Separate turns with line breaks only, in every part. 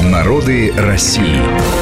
Народы России.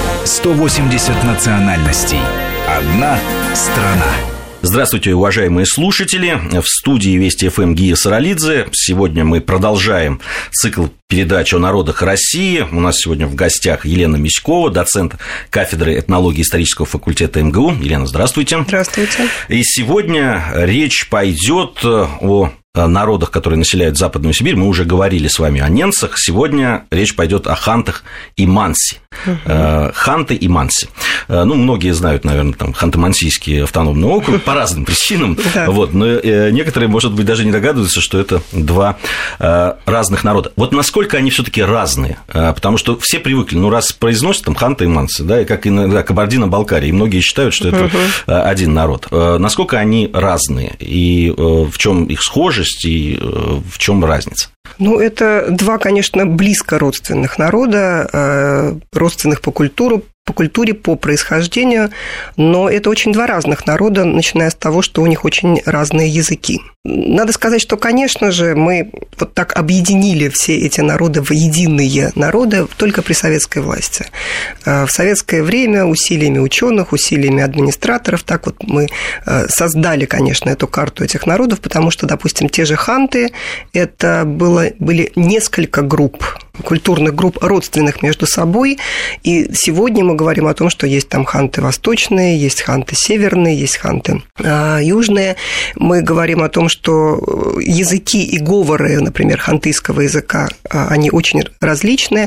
180 национальностей. Одна страна.
Здравствуйте, уважаемые слушатели. В студии Вести ФМ Гия Саралидзе. Сегодня мы продолжаем цикл передач о народах России. У нас сегодня в гостях Елена Миськова, доцент кафедры этнологии исторического факультета МГУ. Елена, здравствуйте.
Здравствуйте.
И сегодня речь пойдет о народах, которые населяют Западную Сибирь. Мы уже говорили с вами о ненцах. Сегодня речь пойдет о хантах и манси. Ханты и манси. Ну, многие знают, наверное, там Ханты-Мансийский автономный округ по разным причинам. Вот, но некоторые, может быть, даже не догадываются, что это два разных народа. Вот насколько они все-таки разные? Потому что все привыкли, ну, раз произносят там ханты и манси, да, и как иногда Кабардино-Балкария, и многие считают, что это один народ. Насколько они разные? И в чем их схожесть, и в чем разница?
Ну, это два, конечно, близко родственных народа, родственных по культуре, по происхождению, но это очень два разных народа, начиная с того, что у них очень разные языки. Надо сказать, что, конечно же, мы вот так объединили все эти народы в единые народы только при советской власти. В советское время усилиями ученых, усилиями администраторов, так вот мы создали, конечно, эту карту этих народов, потому что, допустим, те же ханты, это были несколько групп, культурных групп, родственных между собой, и сегодня мы говорим о том, что есть там ханты восточные, есть ханты северные, есть ханты южные. Мы говорим о том, что языки и говоры, например, хантыйского языка, они очень различные,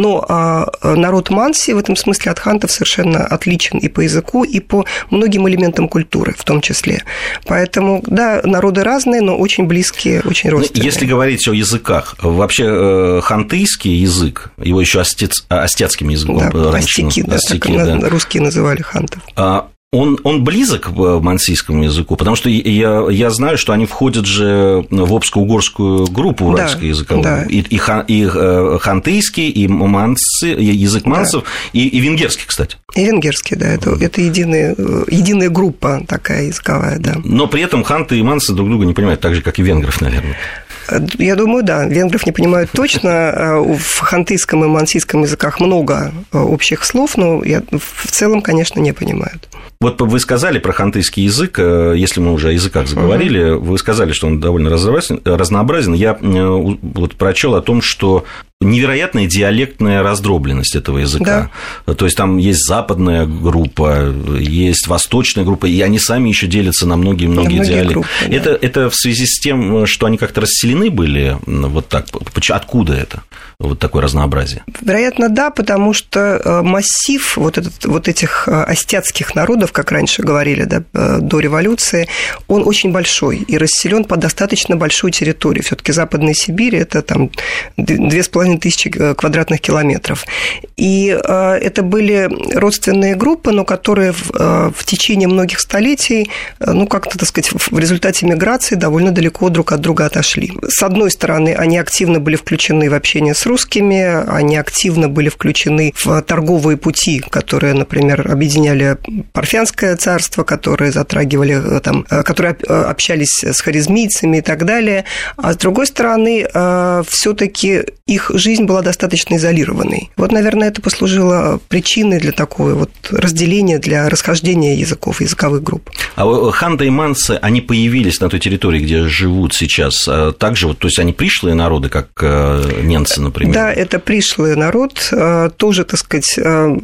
но народ манси в этом смысле от хантов совершенно отличен и по языку, и по многим элементам культуры в том числе. Поэтому, да, народы разные, но очень близкие, очень родственные.
Если говорить о языках, вообще хантыйский язык, его еще остецким языком раньше.
Астеки, да. Русские называли хантов.
Он близок к мансийскому языку, потому что я знаю, что они входят же в обско-угорскую группу уральско-языковую. Да. И хантыйский, и язык мансов, да. и венгерский, кстати.
И венгерский, да, это единая группа такая языковая, да.
Но при этом ханты и мансы друг друга не понимают, так же, как и венгров, наверное.
Я думаю, да, венгров не понимают точно. В хантыйском и мансийском языках много общих слов, но в целом, конечно, не понимают.
Вот вы сказали про хантыйский язык, если мы уже о языках заговорили, вы сказали, что он довольно разнообразен. Я вот прочел о том, что невероятная диалектная раздробленность этого языка. Да. То есть там есть западная группа, есть восточная группа, и они сами еще делятся на многие диалекты. Группы, да. Это в связи с тем, что они как-то расселены были, вот так. Откуда это? Вот такое разнообразие? Вероятно,
да, потому что массив вот этих остяцких народов, как раньше говорили, да, до революции, он очень большой и расселен по достаточно большой территории. Все-таки Западная Сибирь – это там 2500 квадратных километров. И это были родственные группы, но которые в течение многих столетий, ну, как-то, так сказать, в результате миграции довольно далеко друг от друга отошли. С одной стороны, они активно были включены в общение с русскими, они активно были включены в торговые пути, которые, например, объединяли Парфянское царство, которые затрагивали, там, которые общались с харизмийцами и так далее. А с другой стороны, все-таки их жизнь была достаточно изолированной. Вот, наверное, это послужило причиной для такого вот разделения, для расхождения языков, языковых групп.
А ханты и мансы, они появились на той территории, где живут сейчас, также, вот, то есть они пришлые народы, как ненцы, например?
Да, это пришлый народ, тоже, так сказать,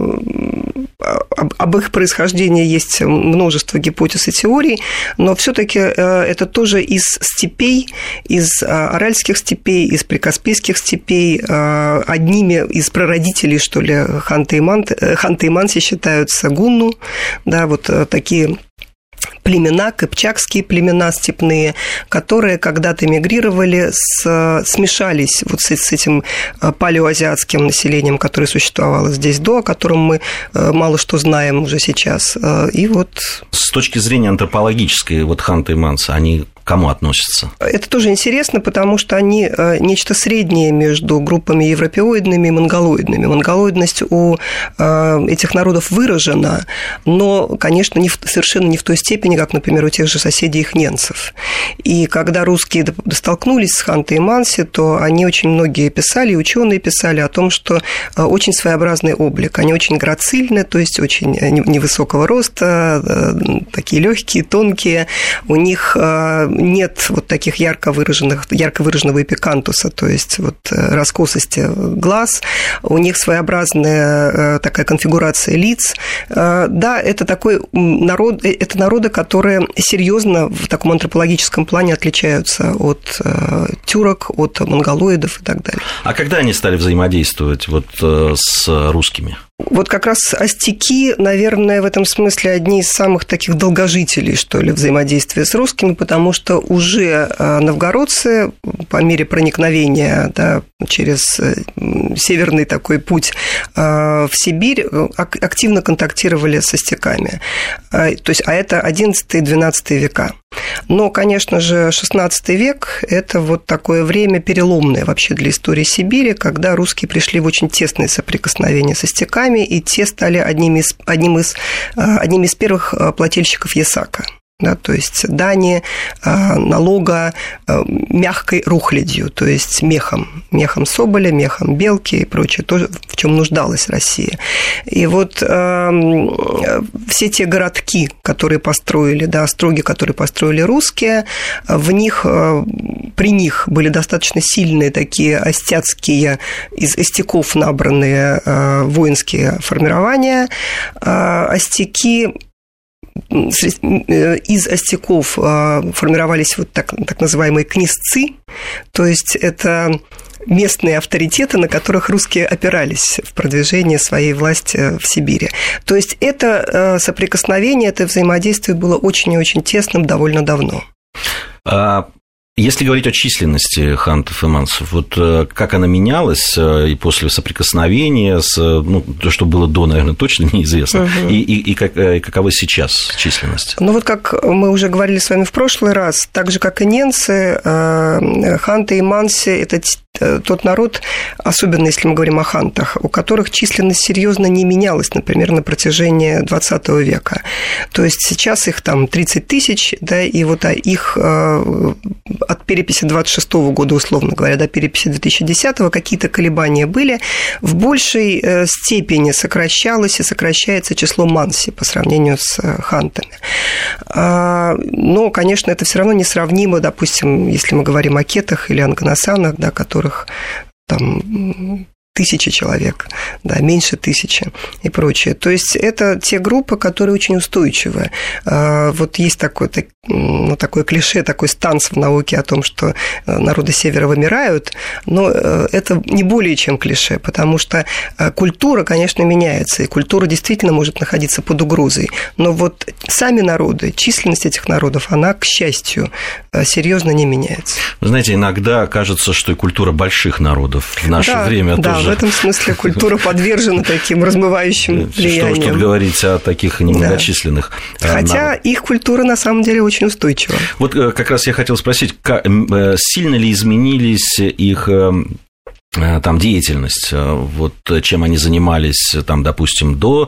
об их происхождении есть множество гипотез и теорий, но все-таки это тоже из степей, из аральских степей, из прикаспийских степей, одними из прародителей, что ли, ханты и манси считаются гунну, да, вот такие племена, кыпчакские племена степные, которые когда-то мигрировали, смешались вот с этим палеоазиатским населением, которое существовало здесь до, о котором мы мало что знаем уже сейчас. И вот...
С точки зрения антропологической, вот ханты и мансы, они кому относятся?
Это тоже интересно, потому что они нечто среднее между группами европеоидными и монголоидными. Монголоидность у этих народов выражена, но, конечно, совершенно не в той степени, как, например, у тех же соседей их ненцев. И когда русские столкнулись с Ханты и Манси, то они очень многие писали, и ученые писали о том, что очень своеобразный облик. Они очень грацильны, то есть очень невысокого роста, такие легкие, тонкие. У них нет вот таких ярко выраженного эпикантуса, то есть вот раскосости глаз. У них своеобразная такая конфигурация лиц. Да, это такой народ, это народы, которые серьезно в таком антропологическом плане отличаются от тюрок, от монголоидов и так далее.
А когда они стали взаимодействовать вот с русскими?
Вот как раз астеки, наверное, в этом смысле одни из самых таких долгожителей, что ли, взаимодействия с русскими, потому что уже новгородцы по мере проникновения, да, через северный такой путь в Сибирь активно контактировали с астеками. То есть, а это 11-12 века. Но, конечно же, XVI век – это вот такое время переломное вообще для истории Сибири, когда русские пришли в очень тесное соприкосновение с астеками, и те стали одним из первых плательщиков ясака. Да, то есть дани, налога мягкой рухлядью, то есть мехом соболя, мехом белки и прочее, то, в чем нуждалась Россия. И вот все те городки, которые построили, да, остроги, которые построили русские, при них были достаточно сильные такие остяцкие, из остяков набранные воинские формирования. Остяки из остяков формировались вот так называемые князцы, то есть это местные авторитеты, на которых русские опирались в продвижении своей власти в Сибири. То есть это соприкосновение, это взаимодействие было очень и очень тесным довольно давно.
Если говорить о численности хантов и мансов, вот как она менялась и после соприкосновения с, то, что было до, наверное, точно неизвестно, и какова сейчас численность?
Ну, вот как мы уже говорили с вами в прошлый раз, так же, как и ненцы, ханты и манси – это тот народ, особенно если мы говорим о хантах, у которых численность серьезно не менялась, например, на протяжении XX века. То есть сейчас их там 30 тысяч, да, и вот их от переписи 26 года, условно говоря, до переписи 2010 какие-то колебания были, в большей степени сокращалось и сокращается число манси по сравнению с хантами. Но, конечно, это все равно несравнимо, допустим, если мы говорим о кетах или анганасанах, да, которых там 1000 человек, да, меньше 1000 и прочее. То есть это те группы, которые очень устойчивы. Вот есть такое клише, такой станц в науке о том, что народы Севера вымирают, но это не более чем клише, потому что культура, конечно, меняется, и культура действительно может находиться под угрозой. Но вот сами народы, численность этих народов, она, к счастью, серьезно не меняется.
Вы знаете, иногда кажется, что и культура больших народов в наше время тоже.
В этом смысле культура подвержена таким размывающим влияниям.
Что говорить о таких немногочисленных народах.
Хотя их культура на самом деле очень устойчива.
Вот как раз я хотел спросить, сильно ли изменились их там деятельность, вот чем они занимались, там, допустим, до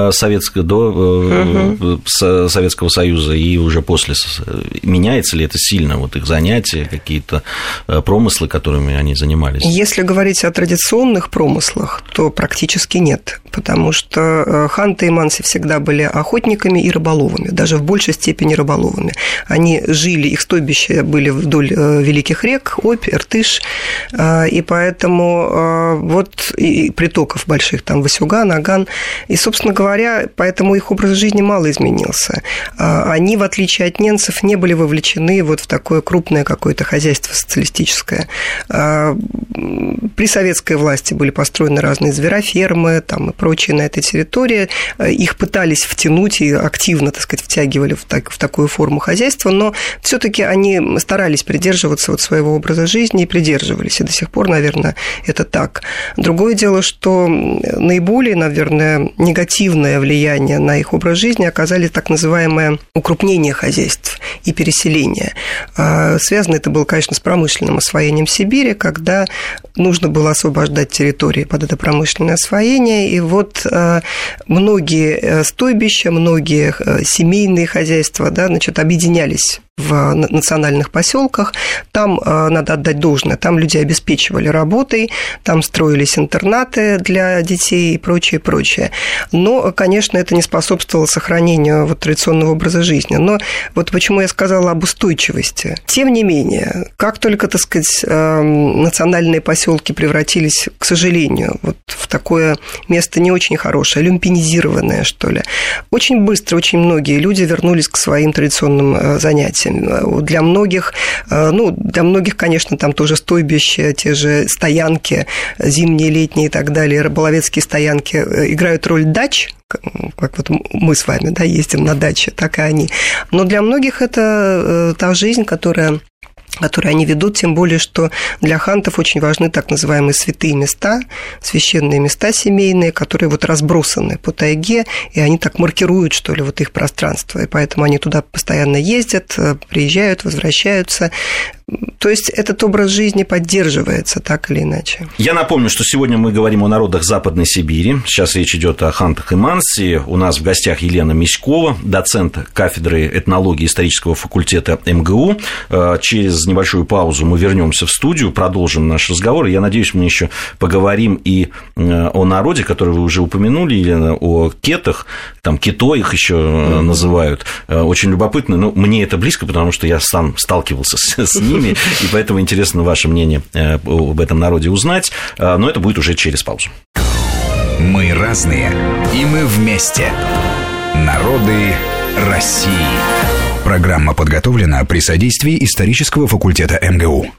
Советского Союза и уже после, меняется ли это сильно, вот их занятия, какие-то промыслы, которыми они занимались?
Если говорить о традиционных промыслах, то практически нет, потому что ханты и манси всегда были охотниками и рыболовами, даже в большей степени рыболовами. Они жили, их стойбища были вдоль великих рек, Обь, Иртыш, и поэтому вот и притоков больших, там Васюган, Аган, и, собственно говоря, поэтому их образ жизни мало изменился. Они, в отличие от ненцев, не были вовлечены вот в такое крупное какое-то хозяйство социалистическое. При советской власти были построены разные зверофермы там, прочее на этой территории. Их пытались втянуть и активно, так сказать, втягивали в такую форму хозяйства, но все-таки они старались придерживаться вот своего образа жизни и придерживались. И до сих пор, наверное, это так. Другое дело, что наиболее, наверное, негативное влияние на их образ жизни оказали так называемое укрупнение хозяйств и переселение. Связано это было, конечно, с промышленным освоением Сибири, когда нужно было освобождать территории под это промышленное освоение, и вот многие стойбища, многие семейные хозяйства, да, значит, объединялись в национальных поселках. Там, надо отдать должное, там люди обеспечивали работой, там строились интернаты для детей и прочее, прочее. Но, конечно, это не способствовало сохранению вот традиционного образа жизни. Но вот почему я сказала об устойчивости. Тем не менее, как только, так сказать, национальные поселки превратились, к сожалению, вот в такое место не очень хорошее, люмпинизированное, что ли, очень быстро очень многие люди вернулись к своим традиционным занятиям. Для многих, конечно, там тоже стойбища, те же стоянки, зимние, летние и так далее, рыболовецкие стоянки играют роль дач, как вот мы с вами, да, ездим на даче, так и они. Но для многих это та жизнь, которые они ведут, тем более, что для хантов очень важны так называемые святые места, священные места семейные, которые вот разбросаны по тайге, и они так маркируют, что ли, вот их пространство, и поэтому они туда постоянно ездят, приезжают, возвращаются. То есть этот образ жизни поддерживается так или иначе.
Я напомню, что сегодня мы говорим о народах Западной Сибири. Сейчас речь идет о хантах и манси. У нас в гостях Елена Миськова, доцент кафедры этнологии исторического факультета МГУ. Через небольшую паузу мы вернемся в студию, продолжим наш разговор. Я надеюсь, мы еще поговорим и о народе, который вы уже упомянули, Елена, о кетах, там кито их еще называют. Очень любопытно, но мне это близко, потому что я сам сталкивался с ними. И поэтому интересно ваше мнение об этом народе узнать, но это будет уже через паузу.
Мы разные, и мы вместе. Народы России. Программа подготовлена при содействии исторического факультета МГУ.